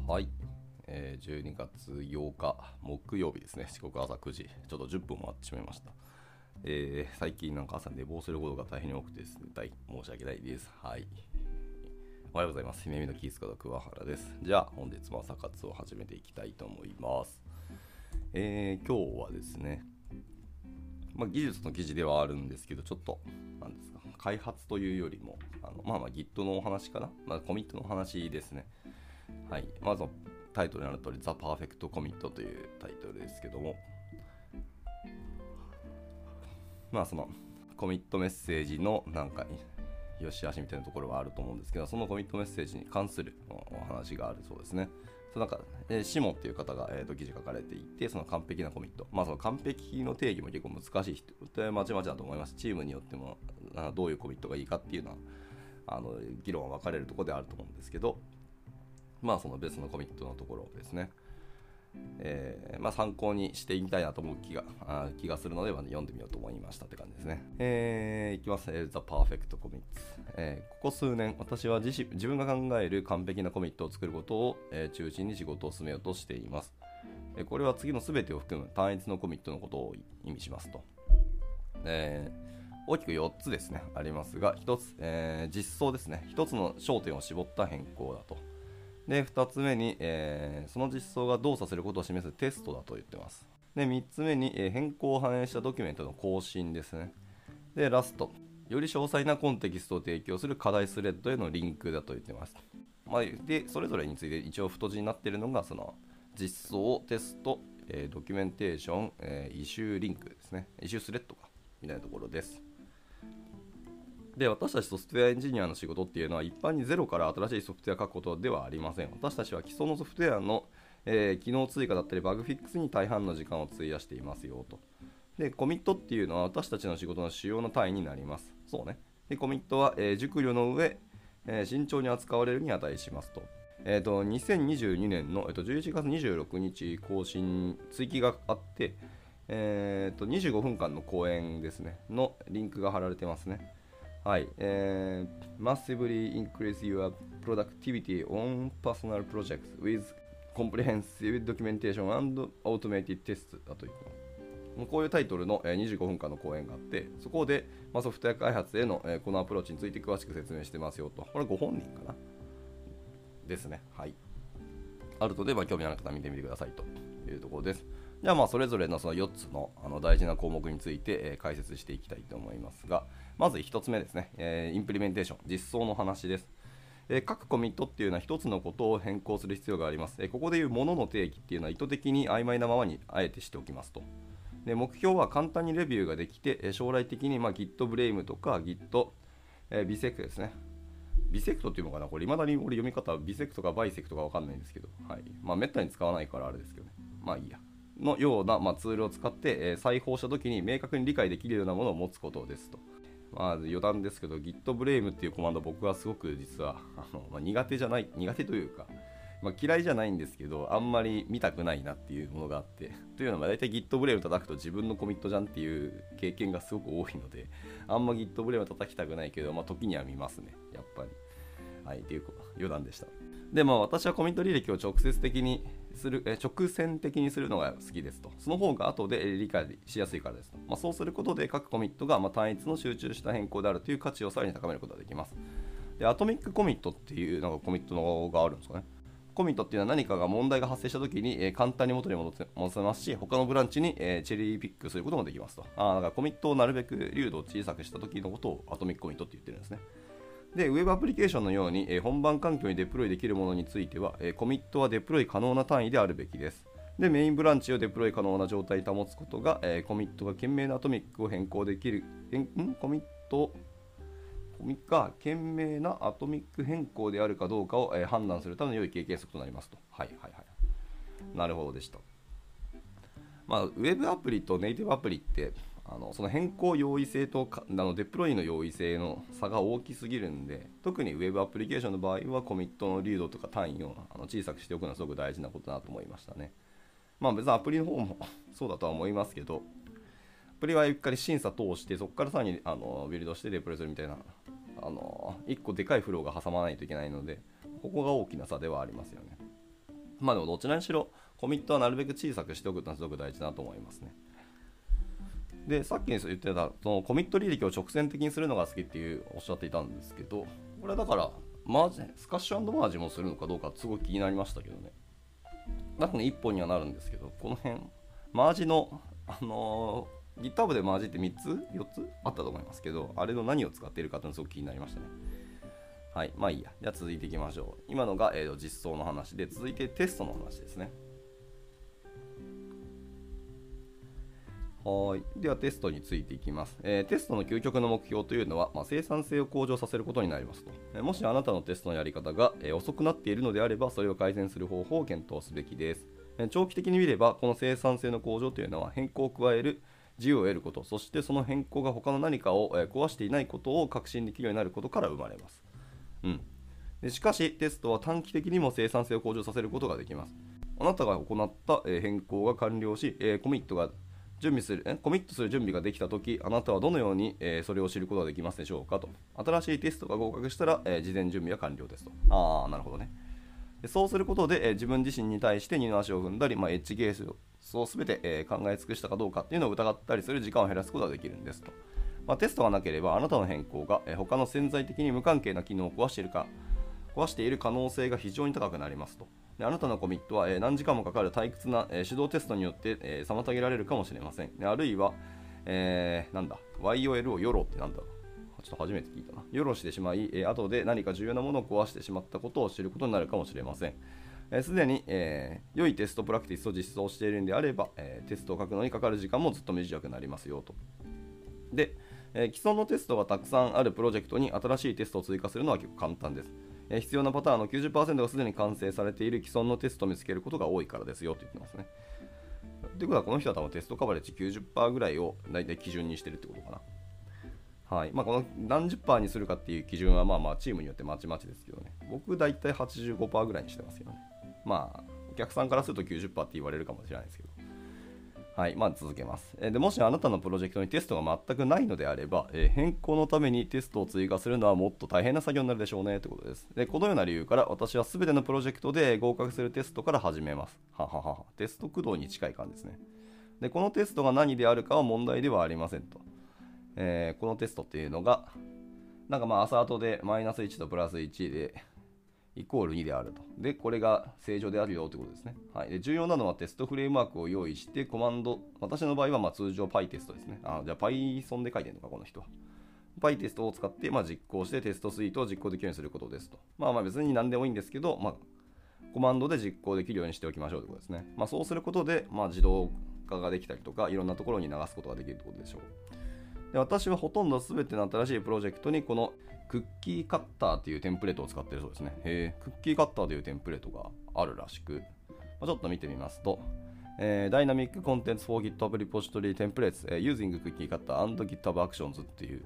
はい、12月8日木曜日ですね。時刻朝9時、ちょっと10分回ってしまいました。最近なんか朝寝坊することが大変に多くてですね、申し訳ないです。はい。おはようございます。姫見のキースこと桑原です。じゃあ本日も朝活を始めていきたいと思います。今日はですね、技術の記事ではあるんですけど、ちょっとなんですか、開発というよりもGit のお話かな、コミットの話ですね。はい、まずタイトルにある通り The Perfect Commit というタイトルですけども、そのコミットメッセージのなんかよしあしみたいなところはあると思うんですけど、そのコミットメッセージに関するお話があるそうですね。シモっていう方が、記事書かれていて、その完璧なコミット、その完璧の定義も結構難しい人ってまちまちだと思います。チームによってもどういうコミットがいいかっていうのは議論は分かれるところであると思うんですけど、その別のコミットのところですね、参考にしてみたいなと思う気がするので、読んでみようと思いましたって感じですね。いきます。The Perfect Commits。ここ数年、私は自分が考える完璧なコミットを作ることを、中心に仕事を進めようとしています。これは次の全てを含む単一のコミットのことを意味しますと。大きく4つですね、ありますが、1つ、実装ですね。1つの焦点を絞った変更だと。で、2つ目に、その実装が動作することを示すテストだと言ってます。で、3つ目に、変更を反映したドキュメントの更新ですね。で、ラスト、より詳細なコンテキストを提供する課題スレッドへのリンクだと言ってます。で、それぞれについて一応太字になっているのが、その実装、テスト、ドキュメンテーション、イシューリンクですね。イシュースレッドか、みたいなところです。で、私たちソフトウェアエンジニアの仕事っていうのは一般にゼロから新しいソフトウェアを書くことではありません。私たちは既存のソフトウェアの、機能追加だったりバグフィックスに大半の時間を費やしていますよと。で、コミットっていうのは私たちの仕事の主要な単位になります。そうね。で、コミットは、熟慮の上、慎重に扱われるに値しますと。2022年の、11月26日更新、追記があって、25分間の講演ですね、のリンクが貼られてますね。はい、massively increase your productivity on personal projects with comprehensive documentation and automated tests だというこういうタイトルの25分間の講演があって、そこでソフトウェア開発へのこのアプローチについて詳しく説明してますよと。これご本人かなですね。はい。あるので興味のある方は見てみてくださいというところです。じゃあそれぞれのその4つの大事な項目について解説していきたいと思いますが、まず1つ目ですね、インプリメンテーション、実装の話です。各コミットっていうのは1つのことを変更する必要があります。ここでいうものの定義っていうのは意図的に曖昧なままにあえてしておきますと。で、目標は簡単にレビューができて、将来的にGit ブレイムとか Git、ビセクですね。ビセクトっていうのかな、これ未だに俺読み方ビセクトかバイセクトか分かんないんですけど、はい。めったに使わないからあれですけどね。いいや。のような、ツールを使って、裁縫したときに明確に理解できるようなものを持つことですと。余談ですけど Git ブレイムっていうコマンド、僕はすごく実は苦手というか、嫌いじゃないんですけど、あんまり見たくないなっていうものがあって、というのは大体 Git ブレイム叩くと自分のコミットじゃんっていう経験がすごく多いので、あんま Git ブレイム叩きたくないけど、時には見ますね、やっぱり。はい、っていう余談でした。で、私はコミット履歴を直線的にするのが好きですと。その方が後で理解しやすいからですと。そうすることで各コミットが単一の集中した変更であるという価値をさらに高めることができます。で、アトミックコミットっていうコミットのがあるんですかね。コミットっていうのは何かが問題が発生したときに簡単に元に戻せますし、他のブランチにチェリーピックすることもできますと。だからコミットをなるべく流度を小さくしたときのことをアトミックコミットって言ってるんですね。で、ウェブアプリケーションのように本番環境にデプロイできるものについては、コミットはデプロイ可能な単位であるべきです。で、メインブランチをデプロイ可能な状態に保つことが、コミットが懸命なアトミックを変更できる、コミットが懸命なアトミック変更であるかどうかを、判断するための良い経験則となりますと。はいはいはい。なるほどでした。ウェブアプリとネイティブアプリってその変更容易性とデプロイの容易性の差が大きすぎるんで、特にウェブアプリケーションの場合はコミットの流度とか単位を小さくしておくのはすごく大事なことだなと思いましたね。別にアプリの方もそうだとは思いますけど、アプリはゆっくり審査通してそこからさらにビルドしてデプロイするみたいな1個でかいフローが挟まないといけないので、ここが大きな差ではありますよね。 まあでもどちらにしろコミットはなるべく小さくしておくのはすごく大事だと思いますね。で、さっき言ってたそのコミット履歴を直線的にするのが好きっておっしゃっていたんですけど、これはだからスカッシュ&マージもするのかどうかすごい気になりましたけどね。多分1本にはなるんですけど、この辺マージのGitHub でマージって3つ4つあったと思いますけど、あれの何を使っているかっていうのすごく気になりましたね。はい、まあいいや。じゃあ続いていきましょう。今のが、実装の話で、続いてテストの話ですね。はい。ではテストについていきます。テストの究極の目標というのは、生産性を向上させることになりますと。もしあなたのテストのやり方が、遅くなっているのであれば、それを改善する方法を検討すべきです。長期的に見れば、この生産性の向上というのは変更を加える自由を得ること、そしてその変更が他の何かを壊していないことを確信できるようになることから生まれます。しかし、テストは短期的にも生産性を向上させることができます。あなたが行った変更が完了し、コミットする準備ができたとき、あなたはどのようにそれを知ることができますでしょうかと。新しいテストが合格したら事前準備は完了ですと。なるほどね。そうすることで自分自身に対して二の足を踏んだり、エッジケースを全て考え尽くしたかどうかっていうのを疑ったりする時間を減らすことができるんですと。テストがなければあなたの変更が他の潜在的に無関係な機能を壊している可能性が非常に高くなりますと。で、あなたのコミットは何時間もかかる退屈な手動テストによって妨げられるかもしれません。あるいは、YOL をヨロってなんだ、ちょっと初めて聞いたな。ヨロしてしまい、後で何か重要なものを壊してしまったことを知ることになるかもしれません。すでに、良いテストプラクティスを実装しているのであれば、テストを書くのにかかる時間もずっと短くなりますよと。で、既存のテストがたくさんあるプロジェクトに新しいテストを追加するのは結構簡単です。必要なパターンの 90% がすでに完成されている既存のテストを見つけることが多いからですよと言ってますね。ということは、この人は多分テストカバレッジ 90% ぐらいを大体基準にしてるってことかな。はい。この何十パーにするかっていう基準はチームによってまちまちですけどね。僕大体 85% ぐらいにしてますけどね。お客さんからすると 90% って言われるかもしれないですけど。はい、続けます。でもしあなたのプロジェクトにテストが全くないのであれば、変更のためにテストを追加するのはもっと大変な作業になるでしょうねということです。で、このような理由から私は全てのプロジェクトで合格するテストから始めます。テスト駆動に近い感じですね。で、このテストが何であるかは問題ではありませんと。このテストっていうのが、アサートでマイナス1とプラス1で、イコール2であると。で、これが正常であるよということですね。で、重要なのはテストフレームワークを用意して、コマンド、私の場合は通常 PyTest ですね。じゃあ Python で書いてるのか、この人は。PyTest を使って実行してテストスイートを実行できるようにすることですと。別に何でもいいんですけど、コマンドで実行できるようにしておきましょうということですね。そうすることで、自動化ができたりとか、いろんなところに流すことができるということでしょう。で、私はほとんど全ての新しいプロジェクトにこのクッキーカッターというテンプレートを使っているそうですね。クッキーカッターというテンプレートがあるらしく、ちょっと見てみますと、Dynamic Contents for GitHub Repository Templates Using Cookie Cutter and GitHub Actions っていう、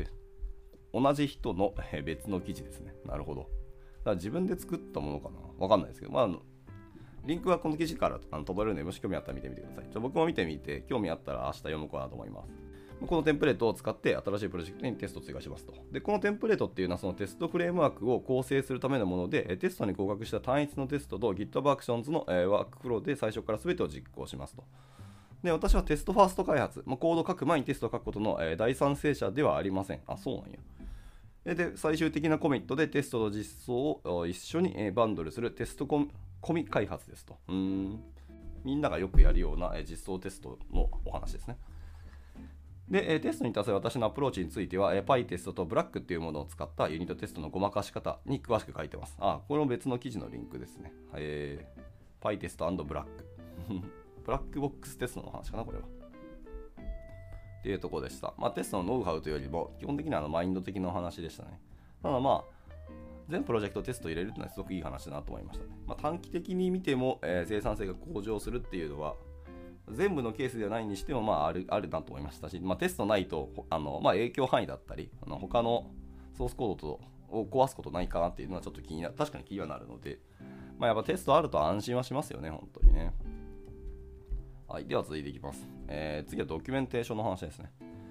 同じ人の別の記事ですね。なるほど。だから自分で作ったものかな、わかんないですけど、リンクはこの記事から飛べるので、もし興味あったら見てみてください。僕も見てみて、興味あったら明日読むかなと思います。このテンプレートを使って新しいプロジェクトにテストを追加しますと。で、このテンプレートっていうのはそのテストフレームワークを構成するためのもので、テストに合格した単一のテストと GitHub Actions のワークフローで最初から全てを実行しますと。で、私はテストファースト開発、コードを書く前にテストを書くことの第三者ではありません。そうなんや。で、最終的なコミットでテストと実装を一緒にバンドルするテストコミ開発ですと。みんながよくやるような実装テストのお話ですね。で、テストに対する私のアプローチについては、PyTest と Black というものを使ったユニットテストのごまかし方に詳しく書いてます。これも別の記事のリンクですね。PyTest and Black。ブラックボックステストの話かな、これは。っていうところでした。テストのノウハウというよりも、基本的にはマインド的なお話でしたね。ただ全プロジェクトテストを入れるというのはすごくいい話だなと思いましたね。短期的に見ても、生産性が向上するっていうのは、全部のケースではないにしてもあるなと思いましたし、テストないと影響範囲だったり他のソースコードを壊すことないかなっていうのはちょっと確かに気にはなるので、やっぱテストあると安心はしますよね、本当にね。はい、では続いていきます。次はドキュメンテーションの話ですね。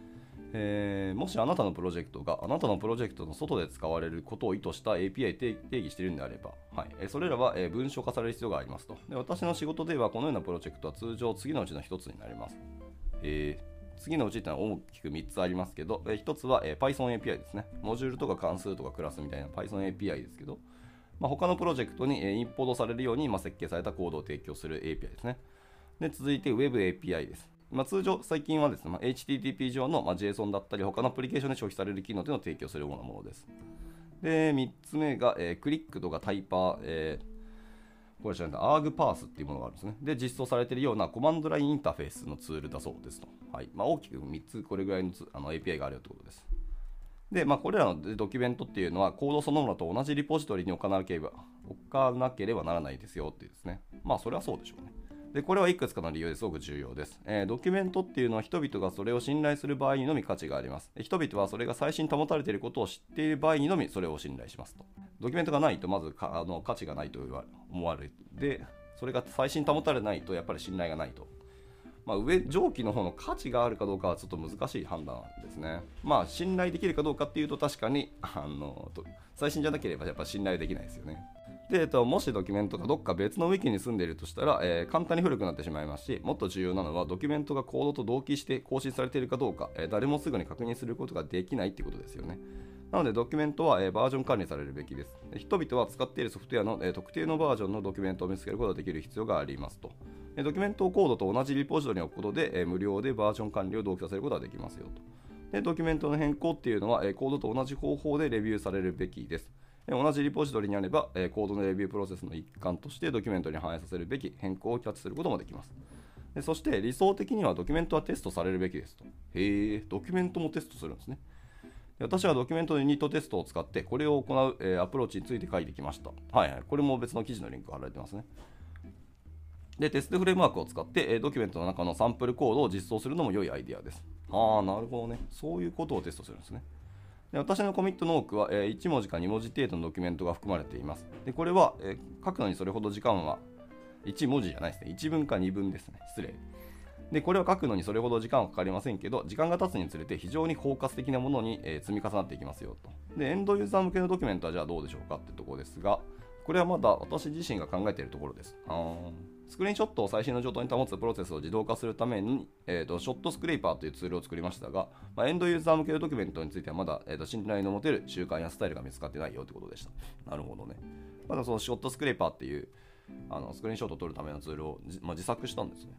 もしあなたのプロジェクトがあなたのプロジェクトの外で使われることを意図した API 定義しているのであれば、それらは文書化される必要がありますと。で、私の仕事ではこのようなプロジェクトは通常次のうちの1つになります。次のうちというのは大きく3つありますけど、1つは Python API ですね。モジュールとか関数とかクラスみたいな Python API ですけど、他のプロジェクトにインポートされるように設計されたコードを提供する API ですね。で、続いて Web API です。通常、最近はですね、HTTP 上のJSON だったり、他のアプリケーションで消費される機能というのを提供するようなものです。で、3つ目が、クリックとかタイパー、これ知らない、ArgPath っていうものがあるんですね。で、実装されているようなコマンドラインインターフェースのツールだそうですと。大きく3つこれぐらいのAPI があるよということです。で、これらのドキュメントっていうのはコードそのものと同じリポジトリに置かなければならないですよっていうですね。それはそうでしょうね。で、これはいくつかの理由ですごく重要です。ドキュメントっていうのは人々がそれを信頼する場合にのみ価値があります。人々はそれが最新保たれていることを知っている場合にのみそれを信頼しますと。ドキュメントがないとまず価値がないと思われる。で、それが最新保たれないとやっぱり信頼がないと。上記の方の価値があるかどうかはちょっと難しい判断ですね。信頼できるかどうかっていうと確かに最新じゃなければやっぱ信頼できないですよね。で、もしドキュメントがどっか別のウィキに住んでいるとしたら、簡単に古くなってしまいますし、もっと重要なのはドキュメントがコードと同期して更新されているかどうか、誰もすぐに確認することができないっていうことですよね。なのでドキュメントは、バージョン管理されるべきです。人々は使っているソフトウェアの、特定のバージョンのドキュメントを見つけることができる必要がありますと。ドキュメントをコードと同じリポジトリに置くことで、無料でバージョン管理を同期させることができますよと。で、ドキュメントの変更っていうのは、コードと同じ方法でレビューされるべきです。同じリポジトリにあれば、コードのレビュープロセスの一環としてドキュメントに反映させるべき変更をキャッチすることもできます。で、そして理想的にはドキュメントはテストされるべきですと。ドキュメントもテストするんですね。私はドキュメントのユニットテストを使ってこれを行う、アプローチについて書いてきました。これも別の記事のリンクが貼られてますね。で、テストフレームワークを使って、ドキュメントの中のサンプルコードを実装するのも良いアイデアです。なるほどね。そういうことをテストするんですね。で、私のコミットの多くは、1文字か2文字程度のドキュメントが含まれています。で、これは、書くのにそれほど時間は1文字じゃないですね。1文か2文ですね。失礼。で、これを書くのにそれほど時間はかかりませんけど、時間が経つにつれて非常に包括的なものに、積み重なっていきますよと。で、エンドユーザー向けのドキュメントはじゃあどうでしょうかってところですが、これはまだ私自身が考えているところです。スクリーンショットを最新の状態に保つプロセスを自動化するために、ショットスクレーパーというツールを作りましたが、エンドユーザー向けのドキュメントについてはまだ、信頼の持てる習慣やスタイルが見つかってないよということでした。なるほどね。まだそのショットスクレーパーっていうスクリーンショットを撮るためのツールを自作したんですね。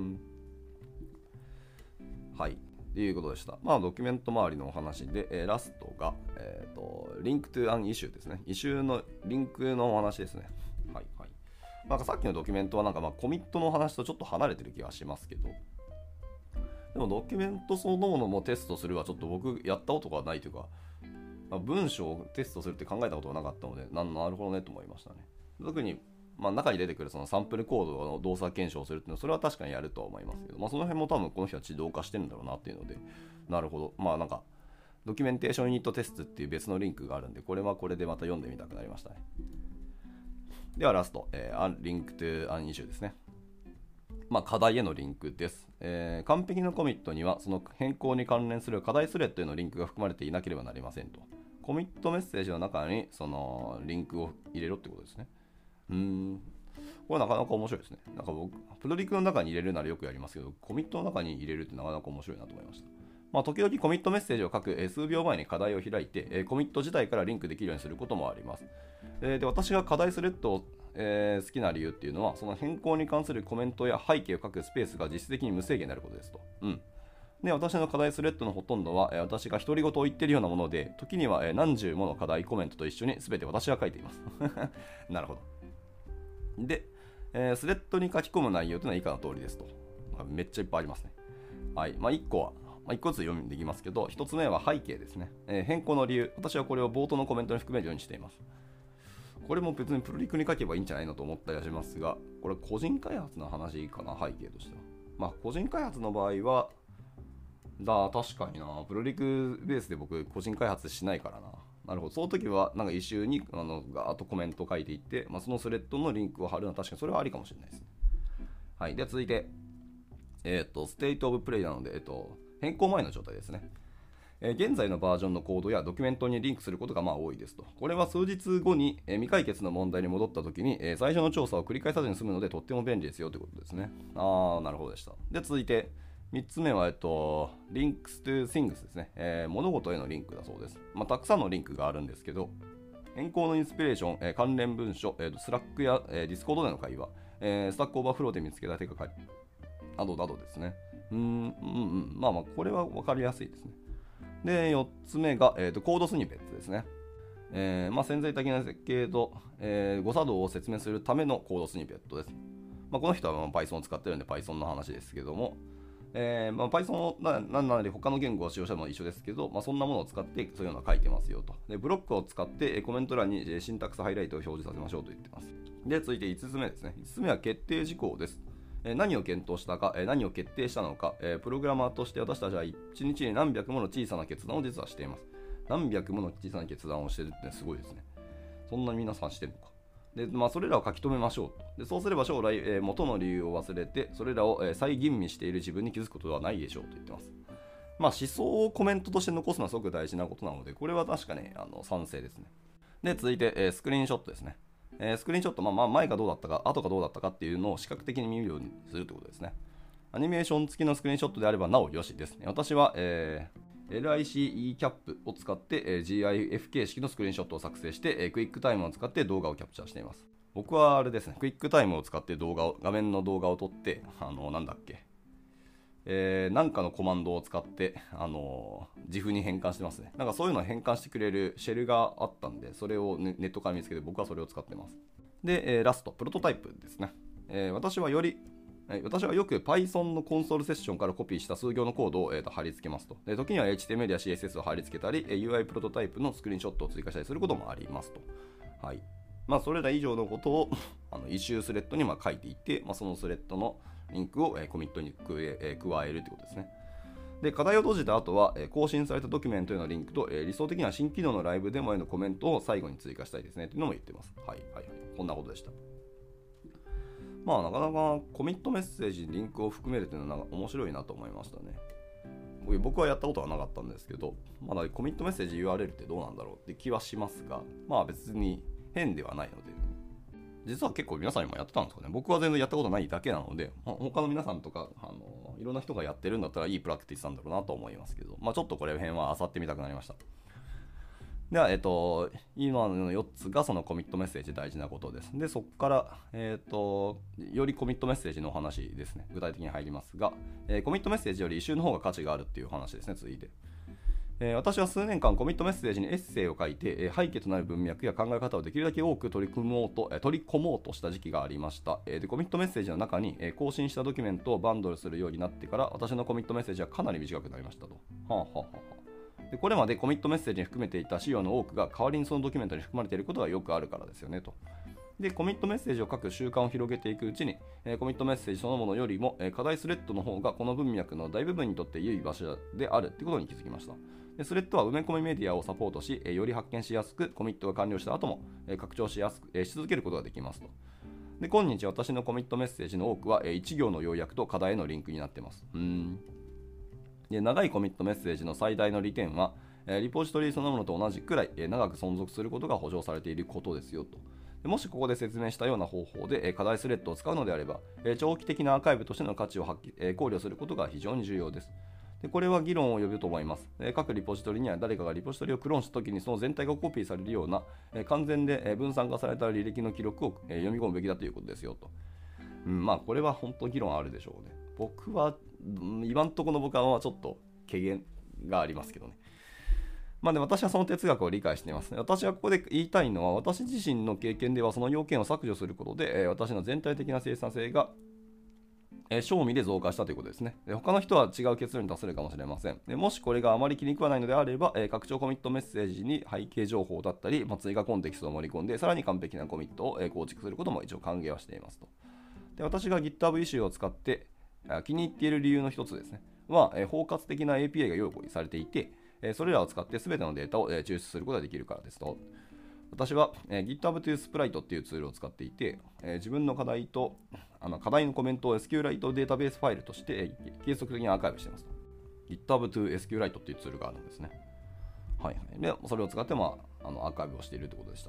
ということでした。ドキュメント周りのお話で、ラストが、リンクトゥアンイシューですね。イシューのリンクのお話ですね。さっきのドキュメントはコミットの話とちょっと離れてる気がしますけど、でもドキュメントそのものもテストするはちょっと僕やったことがないというか、文章をテストするって考えたことがなかったので、なるほどねと思いましたね。特に中に出てくるそのサンプルコードの動作検証をするっていうのはそれは確かにやるとは思いますけど、その辺も多分この人は自動化してるんだろうなっていうので、なるほど。ドキュメンテーションユニットテストっていう別のリンクがあるんで、これはこれでまた読んでみたくなりましたね。ではラスト、リンクトゥアンイシューですね。課題へのリンクです。完璧なコミットにはその変更に関連する課題スレッドへのリンクが含まれていなければなりませんと。コミットメッセージの中にそのリンクを入れろってことですね。これなかなか面白いですね。僕、プロリクの中に入れるならよくやりますけど、コミットの中に入れるってなかなか面白いなと思いました。時々コミットメッセージを書く数秒前に課題を開いて、コミット自体からリンクできるようにすることもあります。で、私が課題スレッドを、好きな理由っていうのは、その変更に関するコメントや背景を書くスペースが実質的に無制限になることですと。で、私の課題スレッドのほとんどは、私が独り言を言っているようなもので、時には、何十もの課題コメントと一緒に全て私が書いています。なるほど。で、スレッドに書き込む内容というのは以下の通りですと。めっちゃいっぱいありますね。1個は、1個ずつ読んでいきますけど、1つ目は背景ですね。変更の理由。私はこれを冒頭のコメントに含めるようにしています。これも別にプロリクに書けばいいんじゃないのと思ったりはしますが、これ個人開発の話かな、背景としては。個人開発の場合は、確かにな、プロリクベースで僕個人開発しないからな。なるほど。その時はイシューにガーッとコメントを書いていって、そのスレッドのリンクを貼るのは確かにそれはありかもしれないですね。では続いて、ステートオブプレイなので、変更前の状態ですね。 現在のバージョンのコードやドキュメントにリンクすることが多いですと。これは数日後に未解決の問題に戻ったときに最初の調査を繰り返さずに済むのでとっても便利ですよということですね。なるほどでした。で、続いて3つ目は、Links to Things ですね。物事へのリンクだそうです。たくさんのリンクがあるんですけど、変更のインスピレーション、関連文書、スラックや、Discord での会話、スタックオーバーフローで見つけた手がかり、などなどですね。これは分かりやすいですね。で、4つ目が、コードスニペットですね。潜在的な設計と、誤作動を説明するためのコードスニペットです。この人はPython を使ってるんで Python の話ですけども、Python をなんなり他の言語を使用しても一緒ですけど、そんなものを使ってそういうのを書いてますよと。で、ブロックを使ってコメント欄にシンタックスハイライトを表示させましょうと言ってます。で、続いて5つ目ですね。5つ目は決定事項です。何を検討したか、何を決定したのか、プログラマーとして私たちは1日に何百もの小さな決断を実はしています。何百もの小さな決断をしてるってすごいですね。そんな皆さんしてるのか。で、それらを書き留めましょうと。で、そうすれば将来、元の理由を忘れて、それらを、再吟味している自分に気づくことはないでしょうと言ってます。思想をコメントとして残すのはすごく大事なことなので、これは確かに賛成ですね。で、続いて、スクリーンショットですね。スクリーンショット、前がどうだったか、後がどうだったかっていうのを視覚的に見るようにするということですね。アニメーション付きのスクリーンショットであればなおよしですね。私は、LICE キャップを使って、GIF 形式のスクリーンショットを作成して、クイックタイムを使って動画をキャプチャーしています。僕はあれですね、クイックタイムを使って画面の動画を撮って、なんかのコマンドを使って、GIF に変換してますね。そういうのを変換してくれるシェルがあったんで、それをネットから見つけて僕はそれを使ってます。で、ラスト、プロトタイプですね。私はよく Python のコンソールセッションからコピーした数行のコードを、貼り付けますと。で、時には HTML や CSS を貼り付けたり、UI プロトタイプのスクリーンショットを追加したりすることもありますと。はい。それら以上のことをイシュースレッドに書いていって、そのスレッドのリンクをコミットに加えるということですね。で、課題を閉じた後は更新されたドキュメントへのリンクと理想的には新機能のライブデモへのコメントを最後に追加したいですねというのも言っています。はい。こんなことでした。なかなかコミットメッセージにリンクを含めるというのは面白いなと思いましたね。僕はやったことはなかったんですけど、まだコミットメッセージ URL ってどうなんだろうって気はしますが、別に変ではないので、実は結構皆さんにもやってたんですかね。僕は全然やったことないだけなので、他の皆さんとかいろんな人がやってるんだったらいいプラクティスなんだろうなと思いますけど、ちょっとこれ辺は漁ってみたくなりました。では、今の4つがそのコミットメッセージ大事なことです。で、そこから、よりコミットメッセージのお話ですね。具体的に入りますが、コミットメッセージよりイシューの方が価値があるっていう話ですね、続いて。私は数年間コミットメッセージにエッセイを書いて、背景となる文脈や考え方をできるだけ多く取り込もうとした時期がありました。で、コミットメッセージの中に、更新したドキュメントをバンドルするようになってから、私のコミットメッセージはかなり短くなりましたと。で、これまでコミットメッセージに含めていた資料の多くが代わりにそのドキュメントに含まれていることがよくあるからですよねと。で、コミットメッセージを書く習慣を広げていくうちに、コミットメッセージそのものよりも、課題スレッドの方がこの文脈の大部分にとって良い場所であるということに気づきました。で、スレッドは埋め込みメディアをサポートし、より発見しやすく、コミットが完了した後も、拡張しやすく、し続けることができますと。で、今日私のコミットメッセージの多くは、1行の要約と課題へのリンクになっています。で、長いコミットメッセージの最大の利点は、リポジトリそのものと同じくらい、長く存続することが保証されていることですよと。で、もしここで説明したような方法で、課題スレッドを使うのであれば、長期的なアーカイブとしての価値を考慮することが非常に重要です。で、これは議論を呼ぶと思います。各リポジトリには誰かがリポジトリをクローンしたときにその全体がコピーされるような、完全で分散化された履歴の記録を読み込むべきだということですよと。これは本当議論あるでしょうね。僕は、今のところの僕はちょっと軽減がありますけどね。で、私はその哲学を理解しています。私はここで言いたいのは、私自身の経験ではその要件を削除することで、私の全体的な生産性が賞味で増加したということですね。他の人は違う結論に達するかもしれません。もしこれがあまり気に食わないのであれば、拡張コミットメッセージに背景情報だったり、追加コンテキストを盛り込んで、さらに完璧なコミットを構築することも一応歓迎はしていますと。で、私が GitHub イシューを使って気に入っている理由の一つですねは、包括的な API が用意されていて、それらを使って全てのデータを抽出することができるからですと。私は GitHub というスプライトっていうツールを使っていて、自分の課題のコメントを SQLite データベースファイルとして継続的にアーカイブしていますと。 GitHub to SQLite っていうツールがあるんですね。はいはい。で、それを使って、アーカイブをしているということでした。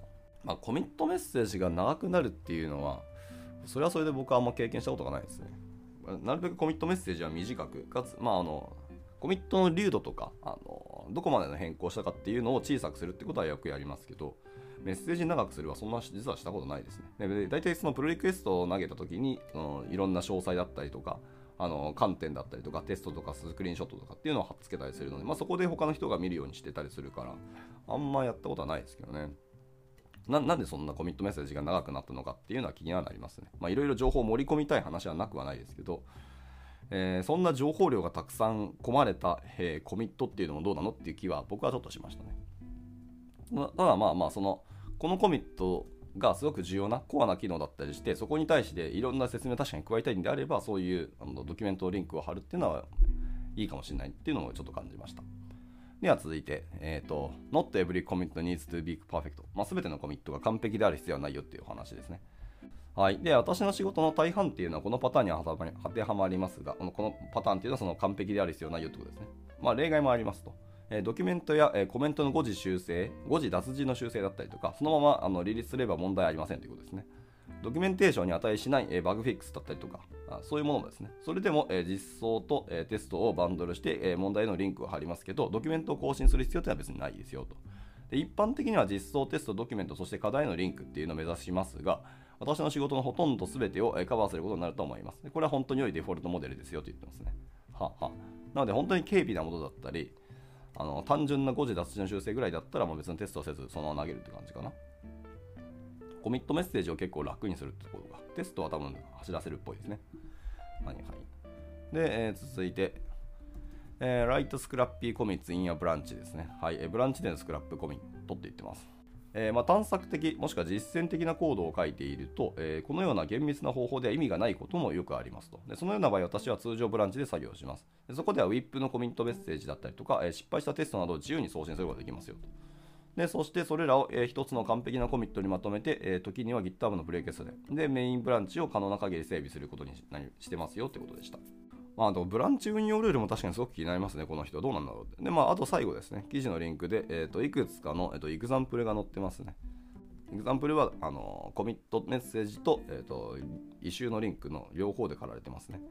コミットメッセージが長くなるっていうのは、それはそれで僕はあんま経験したことがないですね。なるべくコミットメッセージは短く、かつ、コミットの流度とか、どこまでの変更したかっていうのを小さくするってことはよくやりますけど、メッセージ長くするはそんな実はしたことないですね。で大体そのプロリクエストを投げたときに、いろんな詳細だったりとか、観点だったりとかテストとかスクリーンショットとかっていうのを貼っつけたりするので、そこで他の人が見るようにしてたりするからあんまやったことはないですけどね。なんでそんなコミットメッセージが長くなったのかっていうのは気にはなりますね。いろいろ情報を盛り込みたい話はなくはないですけど、そんな情報量がたくさん込まれた、コミットっていうのもどうなのっていう気は僕はちょっとしましたね。ただこのコミットがすごく重要なコアな機能だったりして、そこに対していろんな説明を確かに加えたいんであれば、そういうドキュメントリンクを貼るっていうのはいいかもしれないっていうのをちょっと感じました。では続いて、Not every commit needs to be perfect。全てのコミットが完璧である必要はないよっていうお話ですね。はい。で、私の仕事の大半っていうのはこのパターンに当てはまりますが、このパターンっていうのはその完璧である必要はないよってことですね。例外もありますと。ドキュメントやコメントの誤字修正、誤字脱字の修正だったりとか、そのままリリースすれば問題ありませんということですね。ドキュメンテーションに値しないバグフィックスだったりとか、そういうものですね。それでも実装とテストをバンドルして問題へのリンクを貼りますけど、ドキュメントを更新する必要というのは別にないですよと。で、一般的には実装、テスト、ドキュメント、そして課題へのリンクっていうのを目指しますが、私の仕事のほとんど全てをカバーすることになると思います。でこれは本当に良いデフォルトモデルですよと言ってますね。なので本当に軽微なものだったり、単純な誤字脱字の修正ぐらいだったら別にテストせずそのまま投げるって感じかな。コミットメッセージを結構楽にするってところが、テストは多分走らせるっぽいですね。で、続いて、Write Scrappy Commits in a Branch ですね。ブランチでのスクラップコミットって言ってます。探索的もしくは実践的なコードを書いていると、このような厳密な方法では意味がないこともよくありますと。でそのような場合、私は通常ブランチで作業します。でそこでは WIP のコミットメッセージだったりとか、失敗したテストなどを自由に送信することができますよと。でそしてそれらを、一つの完璧なコミットにまとめて、時には GitHub のプレイケースでメインブランチを可能な限り整備することにしてますよということでした。ブランチ運用ルールも確かにすごく気になりますね、この人。どうなんだろうって。で、あと最後ですね、記事のリンクで、いくつかの、エグザンプルが載ってますね。エグザンプルはコミットメッセージと、イシューのリンクの両方で貼られてますね。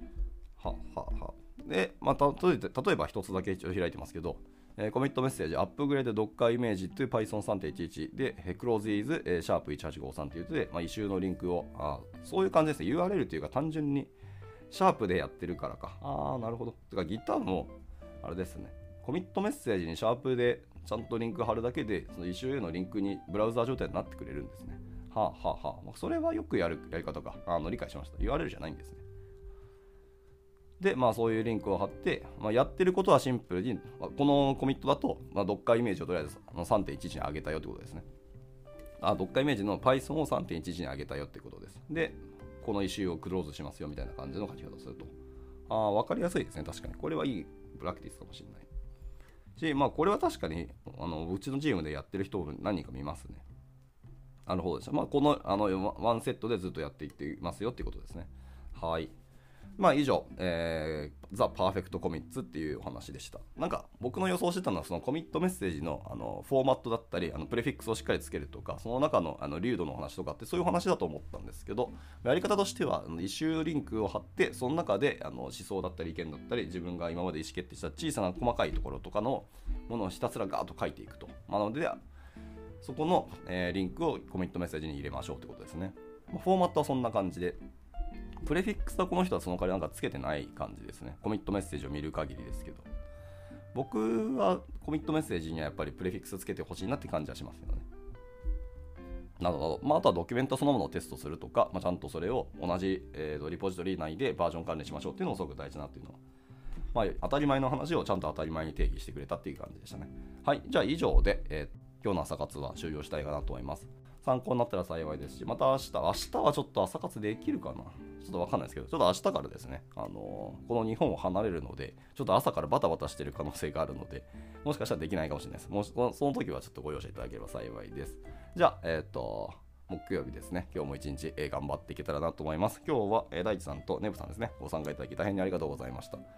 で、例えば一つだけ一応開いてますけど、コミットメッセージ、アップグレード Docker イメージ to Python 3.11 で、close is #1853 っていうとで、イシューのリンクを、そういう感じですね。URL というか単純にシャープでやってるからか。なるほど。てか GitHub も、あれですね。コミットメッセージにシャープでちゃんとリンク貼るだけで、そのイシューへのリンクにブラウザー状態になってくれるんですね。それはよくやるやり方か。理解しました。URL じゃないんですね。で、そういうリンクを貼って、やってることはシンプルに、このコミットだと、Docker イメージをとりあえず3.11 に上げたよってことですね。Docker イメージの Python を 3.11 に上げたよってことです。で、このイシューをクローズしますよみたいな感じの書き方をすると。分かりやすいですね、確かに。これはいいプラクティスかもしれない。し、これは確かにうちのチームでやってる人を何人か見ますね。なるほどです。このワンセットでずっとやっていってますよっていうことですね。はい。以上、The Perfect Commits っていうお話でした。なんか僕の予想してたのはそのコミットメッセージの、フォーマットだったりプレフィックスをしっかりつけるとか、その中の流度の話とかってそういう話だと思ったんですけど、やり方としてはイシューリンクを貼って、その中で思想だったり意見だったり自分が今まで意思決定した小さな細かいところとかのものをひたすらガーッと書いていくと。なのでそこの、リンクをコミットメッセージに入れましょうってことですね。フォーマットはそんな感じで、プレフィックスはこの人はその代わりなんかつけてない感じですね。コミットメッセージを見る限りですけど、僕はコミットメッセージにはやっぱりプレフィックスつけてほしいなって感じはしますよね。なるほど。あとはドキュメントそのものをテストするとか、ちゃんとそれを同じ、リポジトリ内でバージョン管理しましょうっていうのもすごく大事なっていうのは、当たり前の話をちゃんと当たり前に定義してくれたっていう感じでしたね。はい。じゃあ以上で、今日の朝活は終了したいかなと思います。参考になったら幸いですし、また明日はちょっと朝活できるかな、ちょっとわかんないですけど、ちょっと明日からですね、この日本を離れるので、ちょっと朝からバタバタしてる可能性があるので、もしかしたらできないかもしれないです。その時はちょっとご容赦いただければ幸いです。じゃあ、木曜日ですね、今日も一日、頑張っていけたらなと思います。今日は、大地さんとネブさんですね、ご参加いただき大変にありがとうございました。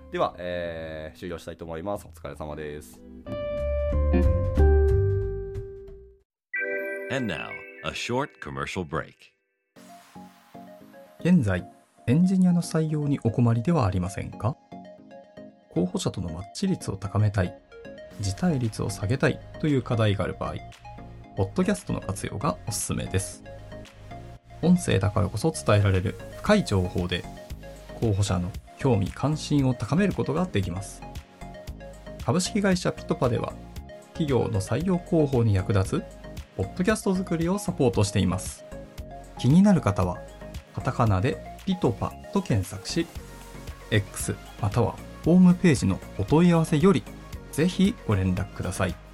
では、終了したいと思います。お疲れ様です。 And now, a short commercial break. 現在、エンジニアの採用にお困りではありませんか？候補者とのマッチ率を高めたい、辞退率を下げたいという課題がある場合、ポッドキャストの活用がおすすめです。音声だからこそ伝えられる深い情報で、候補者の興味関心を高めることができます。株式会社ピトパでは、企業の採用広報に役立つポッドキャスト作りをサポートしています。気になる方はカタカナでピトパと検索し、X またはホームページのお問い合わせよりぜひご連絡ください。